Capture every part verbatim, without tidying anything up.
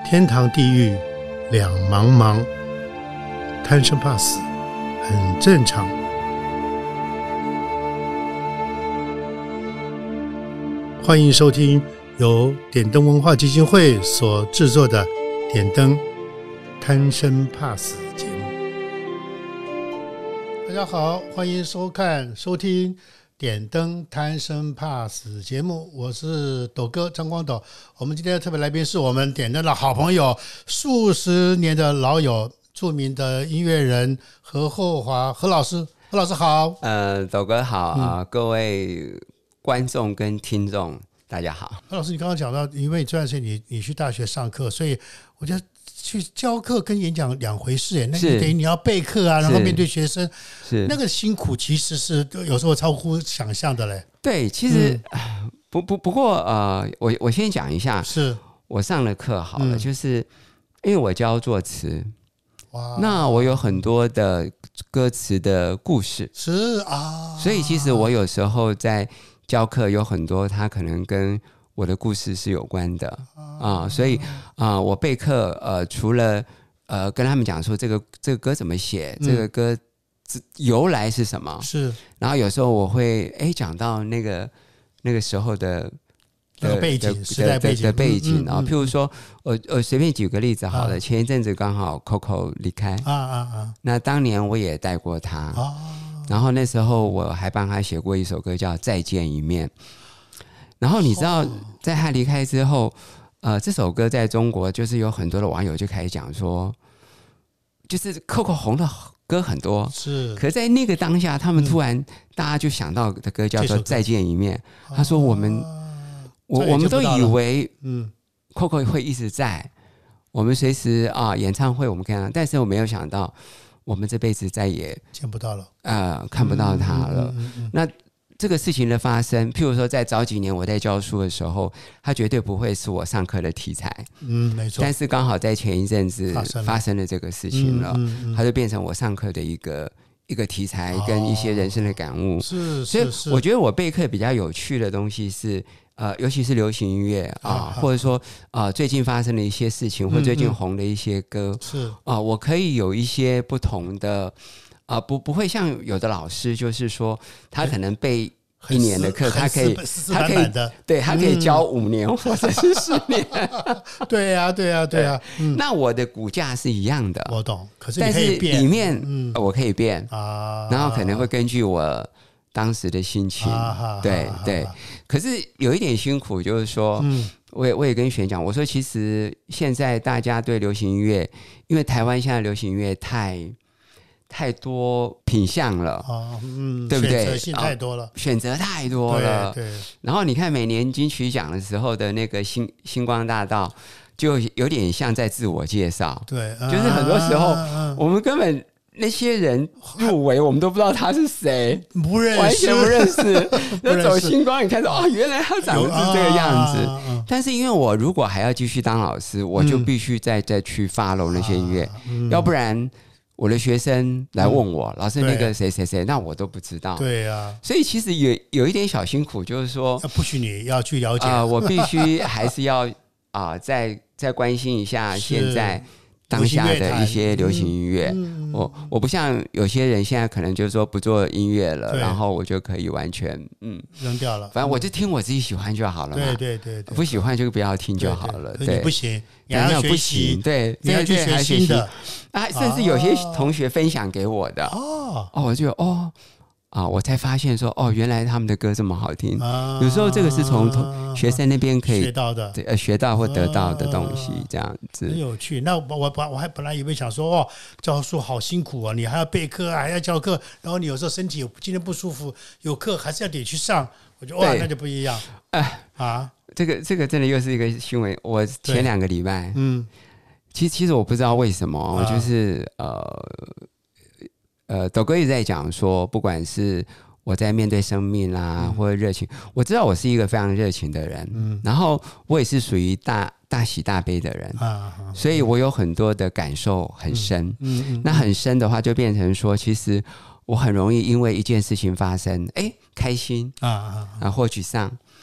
天堂地狱两茫茫，贪生怕死很正常。欢迎收听由点灯文化基金会所制作的点灯贪生怕死节目。大家好，欢迎收看收听点灯贪生怕死节目，我是斗哥张光斗。我们今天的特别来宾是我们点灯的好朋友，数十年的老友，著名的音乐人何厚华何老师。何老师好。 呃，斗哥好啊、嗯，各位观众跟听众大家好。 何老师，你刚刚讲到，因为这段时间你你去大学上课，所以我觉得去教课跟演讲两回事耶。那你等于你要备课啊，然后面对学生，是那个辛苦其实是有时候超乎想象的嘞。 对，其实、嗯、不不不过呃，我我先讲一下， 是我上了课好了、嗯，就是因为我教作词，哇，那我有很多的歌词的故事， 是啊， 所以其实我有时候在教课有很多，他可能跟我的故事是有关的啊、呃，所以啊、呃，我备课呃，除了呃跟他们讲说这个这个歌怎么写，嗯、这个歌由来是什么， 是， 然后有时候我会哎讲到那个那个时候的那个背景、时代背景的背景啊、 嗯嗯嗯， 譬如说我我随便举个例子好了，啊、前一阵子刚好 Coco 离开啊啊啊， 那当年我也带过他啊。然后那时候我还帮他写过一首歌叫《再见一面》，然后你知道在他离开之后，呃，这首歌在中国就是有很多的网友就开始讲说，就是 Coco 红的歌很多， 是， 可在那个当下，他们突然、嗯、大家就想到的歌叫做《再见一面》，他说我们、啊、我我们都以为嗯 Coco 会一直在，我们随时啊演唱会我们看到，但是我没有想到。我们这辈子再也见不到了， 呃，看不到他了。嗯嗯嗯嗯、那这个事情的发生，譬如说，在早几年我在教书的时候，他绝对不会是我上课的题材。 嗯，没错。 但是刚好在前一阵子发生了这个事情了，嗯嗯嗯、它就变成我上课的一个一个题材跟一些人生的感悟。 哦、是， 所以我觉得我备课比较有趣的东西是。呃，尤其是流行音乐啊，或者说呃最近发生的一些事情，或最近红的一些歌， 是啊，我可以有一些不同的啊，不不会像有的老师，就是说他可能背一年的课，他可以他可以对他可以教五年或者是十年， 对呀对呀对呀。 那我的骨架是一样的， 我懂，可是你可以变， 但是里面我可以变啊，然后可能会根据我。当时的心情，啊、对、啊、对、啊，可是有一点辛苦，就是说，嗯、我也我也跟学员讲，我说其实现在大家对流行音乐，因为台湾现在流行音乐太太多品项了，啊、嗯，对不对？ 选择性太多了，啊、 选择太多了， 对。对， 然后你看每年金曲奖的时候的那个星星光大道，就有点像在自我介绍， 对，啊、 就是很多时候、啊、我们根本。那些人入围，我们都不知道他是谁， 不认识， 完全不认识。那走星光，你看说哦，原来他长得是这个样子。啊啊、但是因为我如果还要继续当老师，我就必须再、嗯、再去 follow 那些音乐、啊嗯，要不然我的学生来问我，嗯、老师那个谁谁谁，那我都不知道。 对呀、啊， 所以其实有有一点小辛苦，就是说， 不许你要去了解啊、 呃，我必须还是要啊、呃，再再关心一下现在。当下的一些流行音乐，嗯嗯、我我不像有些人现在可能就是说不做音乐了，然后我就可以完全嗯扔掉了， 反正我就听我自己喜欢就好了嘛。 对对 对, 对， 不喜欢就不要听就好了。 对，对对你不行，你还要学习， 对， 你要去学新的啊，甚至有些同学分享给我的哦，哦，我就哦。啊，我才发现说，哦，原来他们的歌这么好听。啊、有时候这个是从学生那边可以学到的， 对，呃，学到或得到的东西，这样子很有趣。那我我我还本来以为想说，哦，教书好辛苦啊，你还要备课，还要教课，然后你有时候身体有今天不舒服，有课还是要得去上。我觉得哇，那就不一样。哎啊，这个这个真的又是一个新闻。我前两个礼拜，嗯，其实其实我不知道为什么，我就是呃。呃，斗哥一直在讲说，不管是我在面对生命啦、嗯，或者热情，我知道我是一个非常热情的人，嗯，然后我也是属于大大喜大悲的人，啊，所以我有很多的感受很深，嗯 嗯, 嗯，那很深的话，就变成说，其实我很容易因为一件事情发生，哎，开心啊啊，啊或沮丧，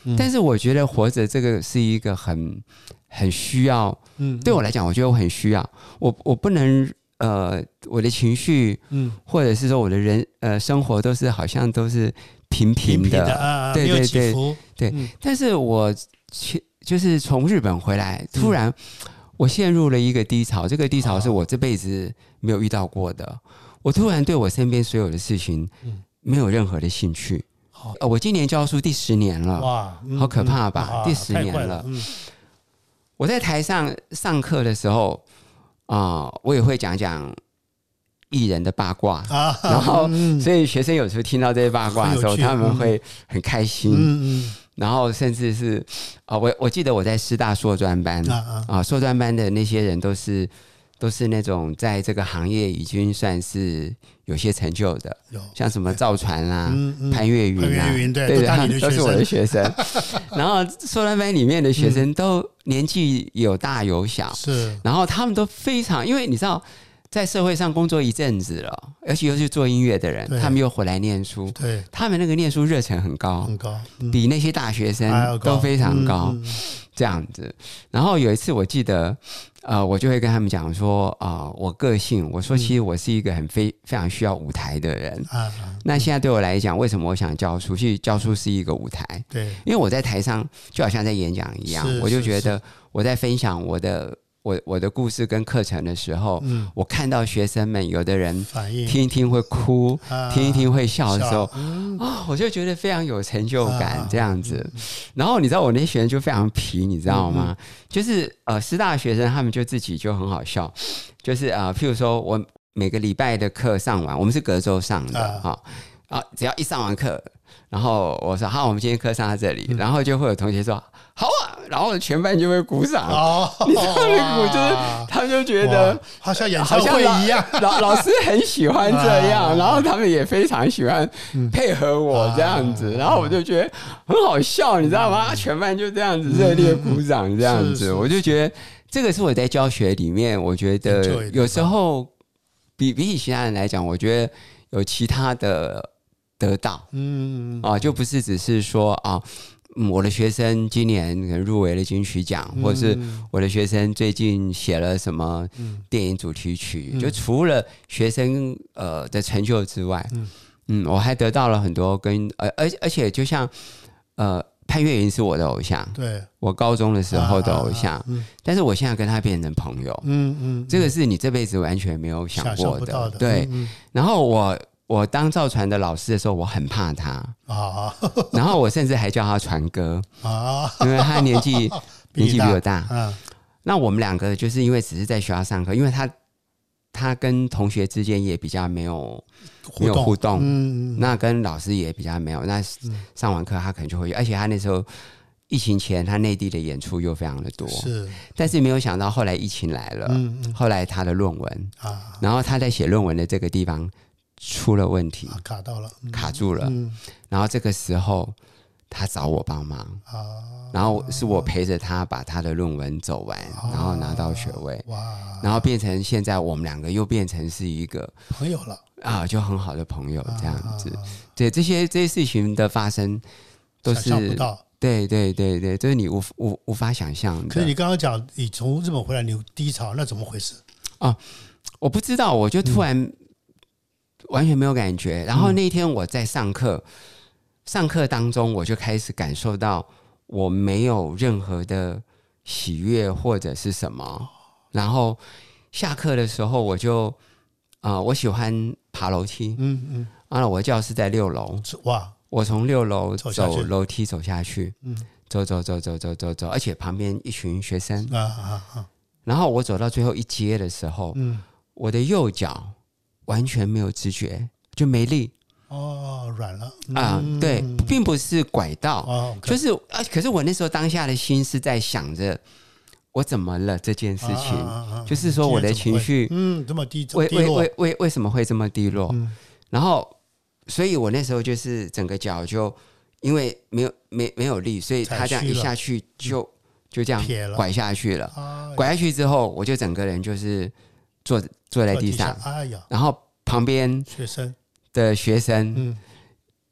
嗯，但是我觉得活着这个是一个很很需要，嗯，对我来讲，我觉得我很需要，我我不能呃，我的情绪，嗯，或者是说我的人呃生活都是好像都是平平的， 平平的啊， 对对对对， 嗯， 但是我就是从日本回来，突然我陷入了一个低潮，这个低潮是我这辈子没有遇到过的，我突然对我身边所有的事情没有任何的兴趣。呃、我今年教书第十年了，哇，嗯、好可怕吧？嗯、第十年了。了嗯、我在台上上课的时候啊、呃，我也会讲讲艺人的八卦，啊、然后、嗯、所以学生有时候听到这些八卦的时候，他们会很开心。嗯嗯然后甚至是啊、呃，我我记得我在师大硕专班啊啊，硕专班的那些人都是都是那种在这个行业已经算是有些成就的，像什么赵传啊、嗯嗯、潘越云啊， 对对对， 都是我的学生。然后硕专班里面的学生都年纪有大有小， 是， 然后他们都非常，因为你知道。在社会上工作一阵子了，而且又是做音乐的人，他们又回来念书， 对， 他们那个念书热忱很高， 很高， 嗯、比那些大学生都非常高，嗯、这样子。然后有一次我记得，呃，我就会跟他们讲说，啊、呃，我个性，我说其实我是一个很非非常需要舞台的人。嗯、那现在对我来讲，为什么我想教书？其实教书是一个舞台， 对， 因为我在台上就好像在演讲一样，我就觉得我在分享我的。我我的故事跟课程的时候，嗯、我看到学生们有的人听一听会哭，啊、听一听会笑的时候，啊、嗯哦，我就觉得非常有成就感，啊、这样子。嗯、然后你知道我那些学生就非常皮，你知道吗？嗯、就是呃，师大学生他们就自己就很好笑，就是呃，譬如说我每个礼拜的课上完，我们是隔周上的哈啊、哦，只要一上完课，然后我说好，我们今天课上到这里，嗯、然后就会有同学说。好啊，然后全班就会鼓掌。哦，你知道那鼓就是他们就觉得好像演唱会一样， 老老师很喜欢这样，然后他们也非常喜欢配合我这样子，然后我就觉得很好笑，你知道吗？全班就这样子热烈鼓掌这样子，我就觉得这个是我在教学里面，我觉得有时候比比起其他人来讲，我觉得有其他的得到，嗯啊，就不是只是说啊。嗯，我的学生今年可能入围了金曲奖，嗯、或者是我的学生最近写了什么电影主题曲。嗯、就除了学生呃的成就之外，嗯，嗯我还得到了很多跟呃，而而且就像呃潘越云是我的偶像， 对， 我高中的时候的偶像，啊啊嗯、但是我现在跟他变成朋友，嗯嗯，这个是你这辈子完全没有想过的， 的对。嗯嗯、然后我。我当赵传的老师的时候，我很怕他啊，然后我甚至还叫他传哥啊，因为他年纪年纪比我大。嗯，那我们两个就是因为只是在学校上课，因为他他跟同学之间也比较没有没有互动，嗯，那跟老师也比较没有。那上完课他可能就会，而且他那时候疫情前他内地的演出又非常的多， 是， 但是没有想到后来疫情来了，嗯嗯后来他的论文啊，然后他在写论文的这个地方。出了问题， 啊、卡到了， 嗯、卡住了。嗯、然后这个时候，他找我帮忙，啊、然后是我陪着他把他的论文走完，啊、然后拿到学位。哇！然后变成现在我们两个又变成是一个朋友了啊，就很好的朋友这样子。啊、对这些这些事情的发生，都是想象不到。 对对对对，这是你无无无法想象的。 可是你刚刚讲你从日本回来，你有低潮，那怎么回事？ 啊，我不知道，我就突然。嗯完全没有感觉，然后那天我在上课，嗯、上课当中我就开始感受到我没有任何的喜悦或者是什么，然后下课的时候我就啊、呃，我喜欢爬楼梯，嗯嗯，啊，我教室在六楼，哇，我从六楼走楼梯走下去，嗯，走走走走走走走，而且旁边一群学生啊啊啊，然后我走到最后一阶的时候，嗯，我的右脚。完全没有知觉，就没力哦，软了啊、嗯呃！对，并不是拐到，哦 okay、就是啊。可是我那时候当下的心是在想着我怎么了这件事情，啊啊啊啊就是说我的情绪， 嗯，这么低， 为为为为为什么会这么低落？嗯、然后，所以我那时候就是整个脚就因为没有没没有力，所以他这样一下去就、嗯、就这样拐下去了。了拐下去之后，我就整个人就是坐坐在地上，哎呀，然后旁边学生的学生，嗯，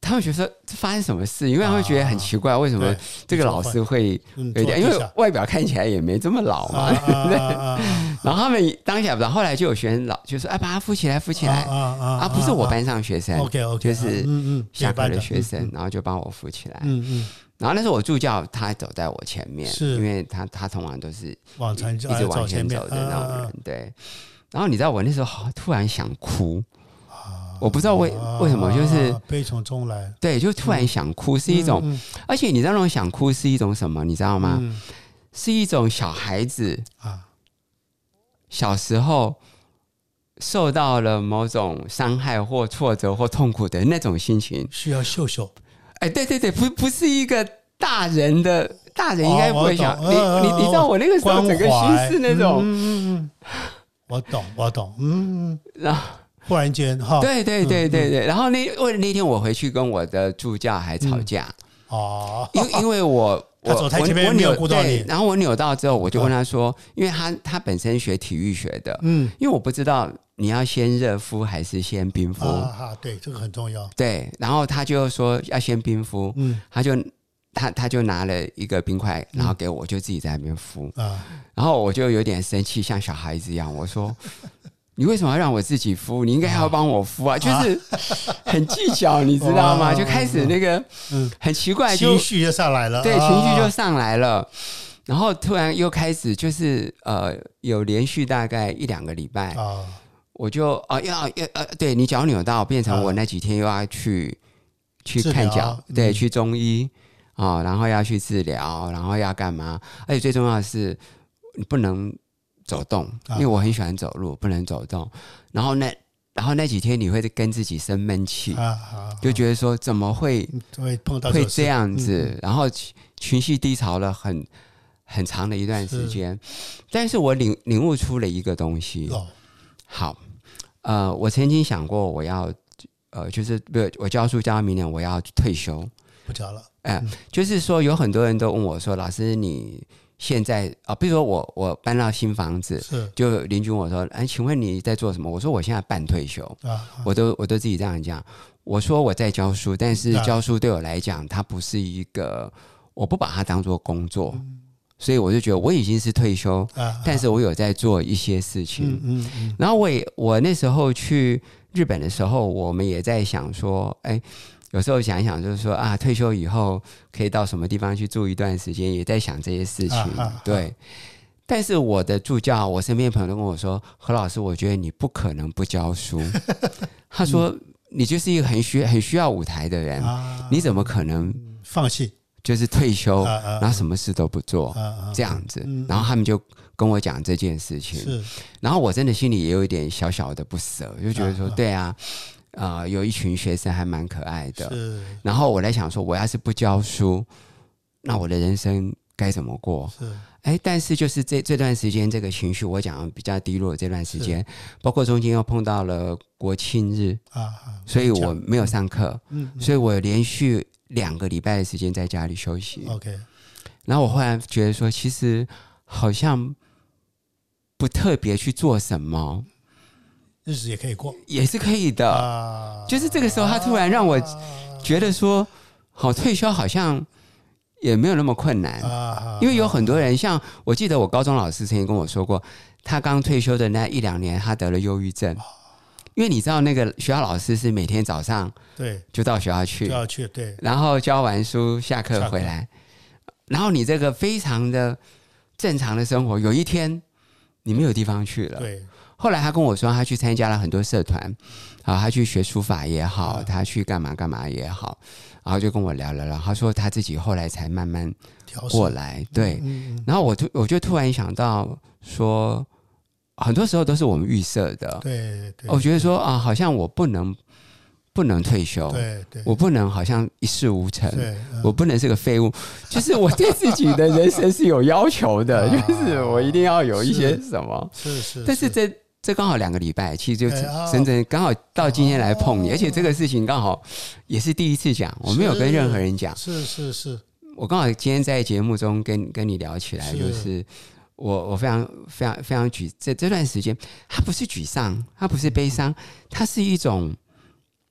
他们觉得说这发生什么事，因为他们觉得很奇怪，为什么这个老师会有点，因为外表看起来也没这么老嘛，对不对？然后他们当下不知道，后来就有学生老就说：“哎，把他扶起来，扶起来！”啊，不是我班上学生 ，OK OK， 就是下课的学生，然后就帮我扶起来。嗯嗯。然后那时候我助教他走在我前面，是因为他他通常都是往前一直往前走的那种人，对。然后你知道我那时候突然想哭。我不知道为为什么，就是悲从中来， 对，就突然想哭，是一种，嗯嗯、而且你知道那种想哭是一种什么，你知道吗？嗯、是一种小孩子啊，小时候受到了某种伤害或挫折或痛苦的那种心情， 需要秀秀。 哎，对对对，不不是一个大人的，大人应该不会想，哦、你你你知道我那个时候整个心是那种， 嗯嗯、我懂我懂，嗯， 然后。 忽然间哈， 对对对对对，嗯嗯、然后那为了那天我回去跟我的助教还吵架、嗯、哦，因为因为我他走太前面没有顾到你， 然后我扭到之后，我就问他说，嗯、因为他他本身学体育学的，嗯，因为我不知道你要先热敷还是先冰敷啊哈，对，这个很重要， 对，然后他就说要先冰敷，嗯，他就他他就拿了一个冰块，然后给我，就自己在那边敷啊，然后我就有点生气，像小孩子一样，我说。你为什么要让我自己敷？你应该要帮我敷啊！就是很技巧，你知道吗？就开始那个很奇怪， 情绪就上来了， 对，情绪就上来了。然后突然又开始，就是呃，有连续大概一两个礼拜，我就啊要要呃，对你脚扭到，变成我那几天又要去去看脚，对，去中医啊，然后要去治疗，然后要干嘛？而且最重要的是，你不能。走动，因为我很喜欢走路，不能走动。然后那，然后那几天你会跟自己生闷气，啊啊、就觉得说怎么会会碰到会这样子，嗯、然后情绪低潮了很很长的一段时间。但是我领领悟出了一个东西。哦、好，呃，我曾经想过我要呃，就是不，我教书教到明年我要退休， 不教了。 哎、呃，嗯、就是说有很多人都问我说，老师你。现在啊，比如说我我搬到新房子，就邻居问我说：“哎，请问你在做什么？”我说：“我现在半退休。啊”啊、我都我都自己这样讲。我说我在教书，但是教书对我来讲，它不是一个，我不把它当作工作，嗯、所以我就觉得我已经是退休，啊、但是我有在做一些事情。嗯嗯嗯、然后我也我那时候去日本的时候，我们也在想说，哎。有时候想一想，就是说啊，退休以后可以到什么地方去住一段时间，也在想这些事情。啊啊、对，但是我的助教，我身边的朋友都跟我说：“何老师，我觉得你不可能不教书。”他说：“嗯、你就是一个很需很需要舞台的人，啊、你怎么可能放弃？ 就是退休，啊啊、然后什么事都不做，啊啊、这样子？”嗯、然后他们就跟我讲这件事情，是然后我真的心里也有一点小小的不舍，就觉得说：“啊、对啊。”啊、呃，有一群学生还蛮可爱的，然后我在想说，我要是不教书，那我的人生该怎么过？哎，但是就是这这段时间，这个情绪我讲比较低落。这段时间，包括中间又碰到了国庆日啊，所以我没有上课，嗯嗯、所以我连续两个礼拜的时间在家里休息。 OK， 然后我忽然觉得说，其实好像不特别去做什么。 日子也可以过， 也是可以的。啊、就是这个时候，他突然让我觉得说，好退休好像也没有那么困难。啊、因为有很多人，像我记得我高中老师曾经跟我说过，他刚退休的那一两年，他得了忧郁症。因为你知道，那个学校老师是每天早上对就到学校去， 就要去对， 然后教完书下课回来，然后你这个非常的正常的生活，有一天你没有地方去了。 对。 后来他跟我说，他去参加了很多社团，啊，他去学书法也好，他去干嘛干嘛也好，然后就跟我聊了聊。他说他自己后来才慢慢过来，对。嗯嗯、然后我突我就突然想到说，很多时候都是我们预设的， 对对。 我觉得说啊，好像我不能不能退休， 对对， 我不能好像一事无成，嗯、我不能是个废物，就是我对自己的人生是有要求的，就是我一定要有一些什么， 是是是， 但是这。这刚好两个礼拜，其实就整整刚好到今天来碰你，而且这个事情刚好也是第一次讲，我没有跟任何人讲。 是是是， 我刚好今天在节目中跟跟你聊起来，就是我我非常非常非常沮，这这段时间，它不是沮丧，它不是悲伤，它是一种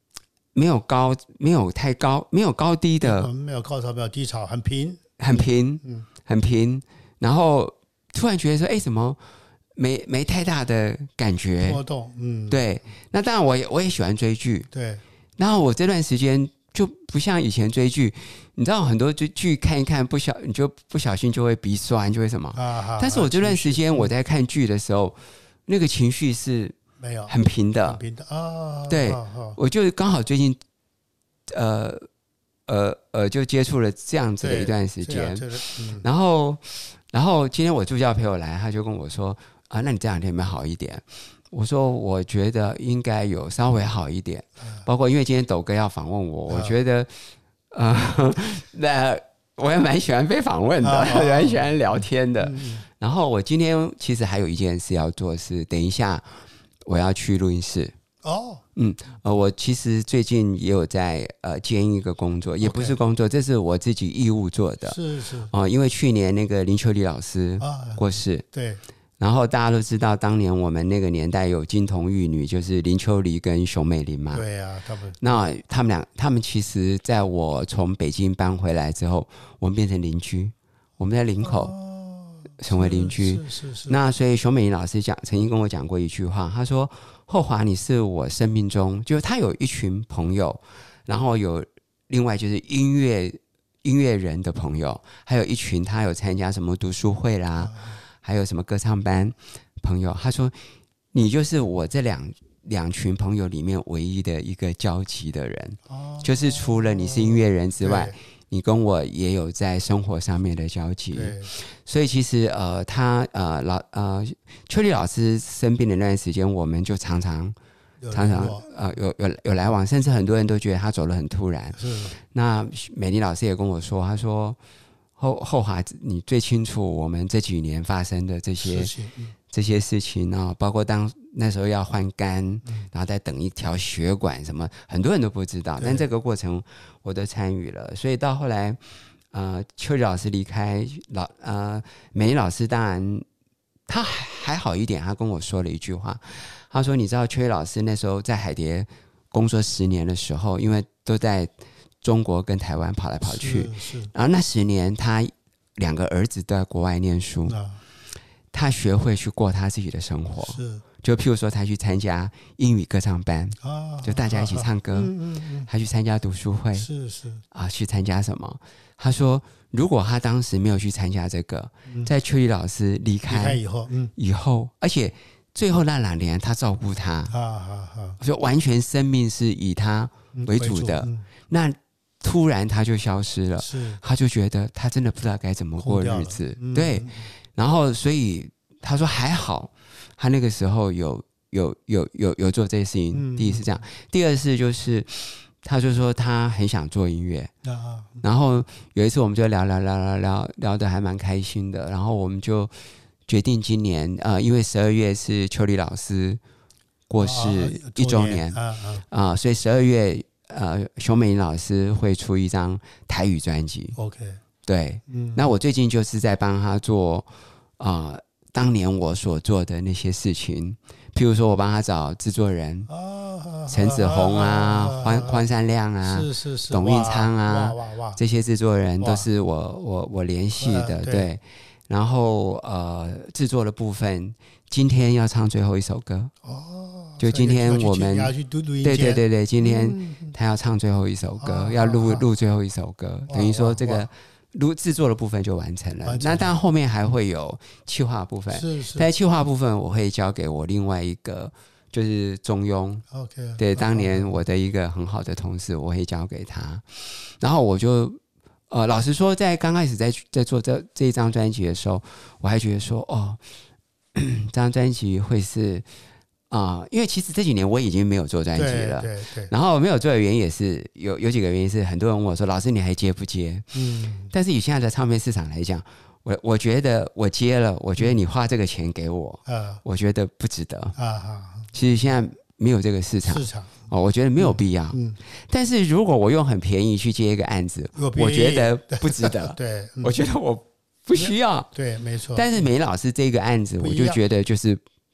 没有高，没有太高，没有高低的， 嗯、没有高潮，没有低潮，很平， 很平， 嗯， 很平。然后突然觉得说，哎，怎么没没太大的感觉波动？嗯， 对。那当然我也，我也喜欢追剧， 对。 然后我这段时间就不像以前追剧，你知道很多剧看一看，不小你就不小心就会鼻酸，就会什么。 啊、 但是我这段时间我在看剧的时候，嗯、那个情绪是没有很平的， 很平的啊。 对， 啊啊、 我就刚好最近，呃呃呃，就接触了这样子的一段时间。嗯、然后，然后今天我助教陪我来，他就跟我说啊，那你这两天有没有好一点？我说我觉得应该有稍微好一点，包括因为今天斗哥要访问我，我觉得呃，那我也蛮喜欢被访问的，也蛮喜欢聊天的。然后我今天其实还有一件事要做，是等一下我要去录音室。 哦， 嗯，呃，我其实最近也有在呃兼一个工作，也不是工作，这是我自己义务做的。 是是哦、呃，因为去年那个林秋离老师过世，啊、 对。 然后大家都知道，当年我们那个年代有金童玉女，就是林秋离跟熊美玲嘛。 对啊，他们那他们俩，他们其实在我从北京搬回来之后，我们变成邻居，我们在林口、哦、成为邻居。 是是 是, 是。 那所以熊美玲老师讲，曾经跟我讲过一句话，他说：“厚华，你是我生命中，就是他有一群朋友，然后有另外就是音乐音乐人的朋友，还有一群他有参加什么读书会啦。嗯”还有什么歌唱班朋友，他说你就是我这两两群朋友里面唯一的一个交集的人、哦、就是除了你是音乐人之外，你跟我也有在生活上面的交集。所以其实呃他呃老呃秋离老师生病的那段时间，我们就常常常常呃有有有来往，甚至很多人都觉得他走得很突然。那美丽老师也跟我说，他说后后华，你最清楚我们这几年发生的这些事情、嗯、这些事情啊，包括当那时候要换肝、嗯，然后再等一条血管什么，很多人都不知道，但这个过程我都参与了。所以到后来，呃，秋离老师离开，老呃美丽老师当然他还好一点，他跟我说了一句话，他说：“你知道秋离老师那时候在海蝶工作十年的时候，因为都在。”中国跟台湾跑来跑去，然后那十年他两个儿子都在国外念书、啊、他学会去过他自己的生活，是就譬如说他去参加英语歌唱班、啊、就大家一起唱歌、啊嗯嗯嗯、他去参加读书会，是是啊，去参加什么，他说如果他当时没有去参加这个、嗯、在秋离老师离开, 离开以后、嗯、以后而且最后那两年他照顾他、啊啊啊、所以完全生命是以他为主的、嗯、那突然他就消失了，他就觉得他真的不知道该怎么过日子、嗯、对，然后所以他说还好他那个时候有有有有有做这些事情、嗯、第一是这样，第二是就是他就说他很想做音乐、啊、然后有一次我们就聊聊聊聊聊聊得还蛮开心的，然后我们就决定今年呃，因为十二月是秋离老师过世一周年、啊啊啊、所以十二月呃，熊美玲老师会出一张台语专辑 ，OK， 对、嗯，那我最近就是在帮他做啊、呃，当年我所做的那些事情，譬如说我帮他找制作人，陈、啊、子宏啊，黄黄山亮啊，是是是，董运昌啊，哇哇哇这些制作人都是我我我联系的，对，对，然后呃，制作的部分，今天要唱最后一首歌，哦。就今天我们对对对对，今天他要唱最后一首歌，嗯、要录录最后一首歌，等于说这个录制作的部分就完成了。那当然后面还会有企划部分，是是在企划部分我会交给我另外一个就是中庸 ，OK， 对，当年我的一个很好的同事，我会交给他。然后我就呃，老实说，在刚开始在在做这这一张专辑的时候，我还觉得说，哦，这张专辑会是。啊、呃，因为其实这几年我已经没有做专辑了，对对对，然后没有做的原因也是有有几个原因是很多人问我说：“老师，你还接不接？”嗯，但是以现在的唱片市场来讲，我我觉得我接了，我觉得你花这个钱给我，嗯、我觉得不值得啊啊。其实现在没有这个市场，市场哦，我觉得没有必要。嗯，嗯但是如果我用很便宜去接一个案子，我觉得不值得。对，我觉得我不需要。对，没错。但是美老师这个案子，我就觉得就是。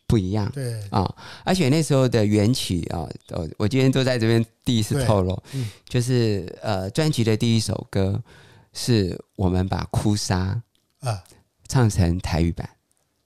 不一样。 对啊、哦，而且那时候的缘起啊，哦，我今天都在这边第一次透露，嗯、就是呃，专辑的第一首歌是我们把《哭砂》啊唱成台语版。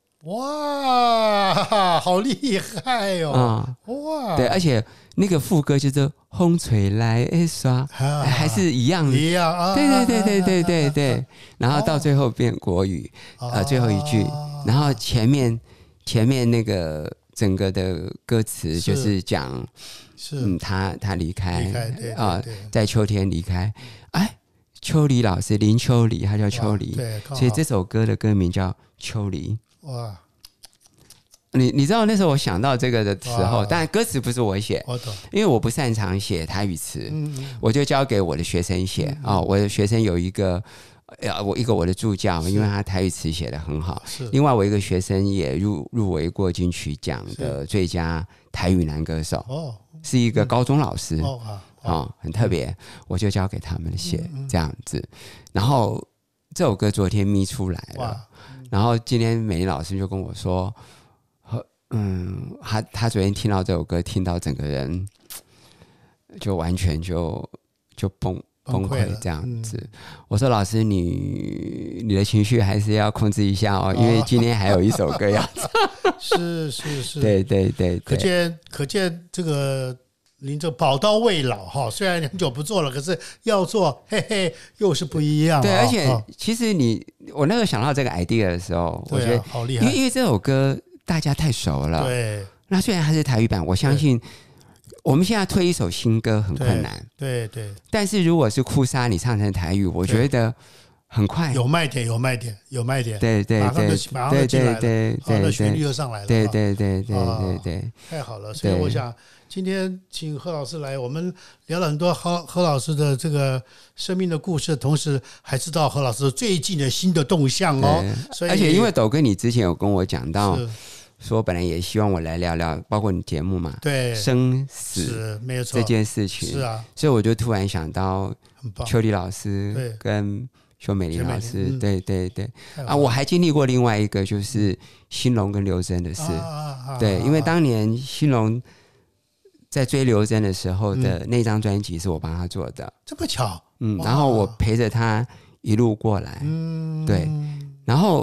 哇，好厉害哦！嗯、哇， 对，而且那个副歌就是“风吹来的沙”，还是一样一样啊！ 对对对对对对对。啊、然后到最后变国语，哦、呃，最后一句，然后前面前面那个整个的歌词就是讲，是嗯，他他离开啊，在秋天离开，哎，秋离老师林秋离，他叫秋离，所以这首歌的歌名叫《秋离》。哇，你你知道那时候我想到这个的时候，当然歌词不是我写，我懂，因为我不擅长写台语词，嗯嗯，我就交给我的学生写啊、嗯嗯哦。我的学生有一个，呃，我一个我的助教，因为他台语词写得很好。另外，我一个学生也入入围过金曲奖的最佳台语男歌手，哦，是一个高中老师，嗯、哦, 啊哦，很特别，我就交给他们写、嗯、这样子。然后这首歌昨天咪出来了。然后今天美玲老师就跟我说，嗯，他他昨天听到这首歌，听到整个人就完全就就崩崩溃这样子。嗯、我说老师，你你的情绪还是要控制一下哦，因为今天还有一首歌要唱。 是是是， 对对 对, 对， 可见可见这个。您这宝刀未老哈，虽然很久不做了，可是要做，嘿嘿，又是不一样。 对，而且其实你，我那时候想到这个 idea 的时候，我觉得好厉害， 因为因为这首歌大家太熟了。 对。 那虽然它是台语版，我相信我们现在推一首新歌很困难。 对 对, 对。 但是如果是哭砂，你唱成台语，我觉得很快。 有卖点，有卖点，有卖点。 对对对，马上就马上就进来了， 对对对， 那旋律就上来了。 对对对对对对， 太好了。所以我想。今天请何老师来，我们聊了很多何何老师的这个生命的故事，同时还知道何老师最近的新的动向哦。所以， 而且因为斗哥你之前有跟我讲到，说本来也希望我来聊聊，包括你节目嘛， 对生死没有错这件事情， 是啊， 所以我就突然想到邱丽老师跟邱美玲老师，对对对啊，我还经历过另外一个就是兴隆跟刘真的事，对，因为当年兴隆。在追刘真的时候的那张专辑是我帮他做的， 嗯、这么巧， 嗯，然后我陪着他一路过来，嗯，对，然后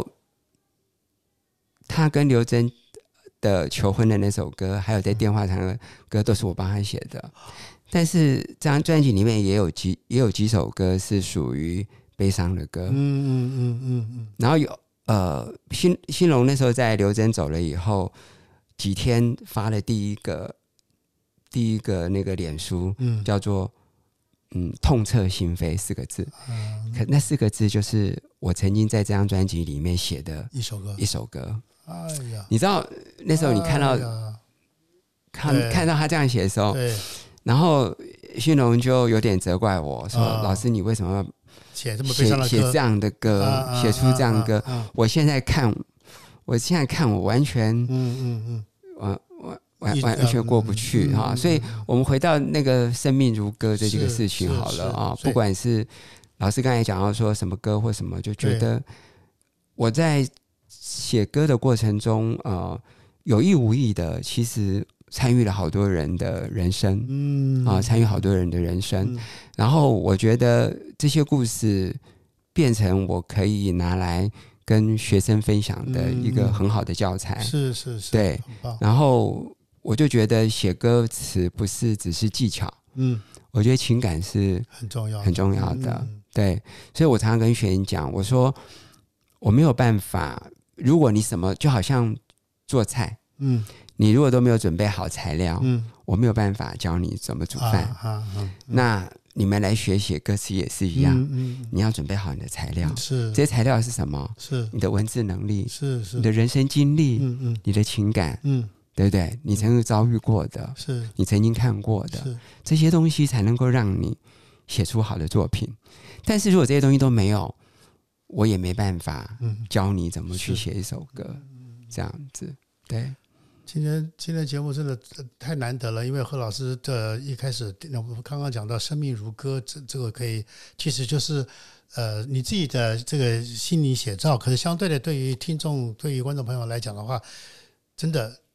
他跟刘真的求婚的那首歌，还有在电话上的歌，都是我帮他写的。但是这张专辑里面也有几也有几首歌是属于悲伤的歌，嗯嗯嗯嗯嗯，然后有呃，兴兴隆那时候在刘真走了以后几天发了第一个。第一个那个脸书、嗯、叫做嗯痛彻心扉四个字、嗯、可那四个字就是我曾经在这张专辑里面写的一首歌一首歌。 哎呀， 你知道那时候你看到、哎、看看到他这样写的时候，然后兴隆就有点责怪我说、哦、老师你为什么要写这么悲伤的歌写这样的歌、啊、写出这样的歌、啊啊啊、我现在看我现在看我完全嗯嗯嗯我完完全过不去哈、嗯，所以我们回到那个生命如歌这几个事情好了啊，不管是老师刚才讲到说什么歌或什么，就觉得我在写歌的过程中，呃，有意无意的，其实参与了好多人的人生，嗯啊，参与好多人的人生、嗯，然后我觉得这些故事变成我可以拿来跟学生分享的一个很好的教材， 嗯、是是是， 对，然后。我就觉得写歌词不是只是技巧，嗯，我觉得情感是很重要、 很重要的，嗯、对，所以我常常跟学员讲，我说我没有办法，如果你什么就好像做菜，嗯，你如果都没有准备好材料，嗯，我没有办法教你怎么煮饭，啊啊啊嗯、那你们来学写歌词也是一样，嗯嗯、你要准备好你的材料， 是这些材料是什么？ 是你的文字能力， 是是你的人生经历， 嗯嗯、 你的情感， 嗯。 对不对？你曾经遭遇过的， 是你曾经看过的，这些东西才能够让你写出好的作品。但是如果这些东西都没有，我也没办法教你怎么去写一首歌，嗯、这样子。对， 今天今天节目真的太难得了，因为何老师的一开始我们刚刚讲到生命如歌，这这个可以其实就是呃你自己的这个心理写照，可是相对的对于听众对于观众朋友来讲的话，真的。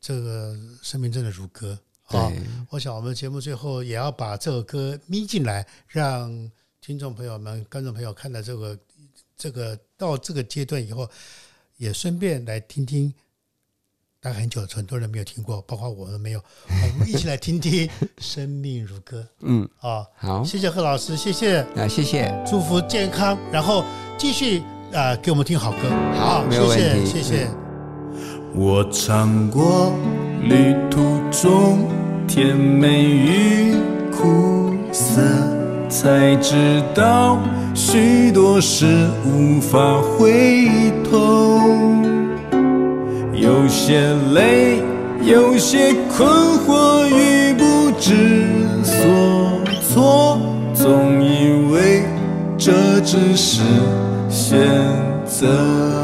这个生命真的如歌啊！我想我们节目最后也要把这个歌咪进来，让听众朋友们、观众朋友看到这个这个到这个阶段以后，也顺便来听听。大概很久，很多人没有听过，包括我们没有。我们一起来听听《生命如歌》。 嗯， 啊， 好， 谢谢贺老师，谢谢啊，谢谢， 祝福健康，然后继续啊、呃、给我们听好歌。 好，没有问题， 谢谢，谢谢。 我尝过旅途中甜美与苦涩，才知道许多事无法回头。有些累，有些困惑与不知所措，总以为这只是选择。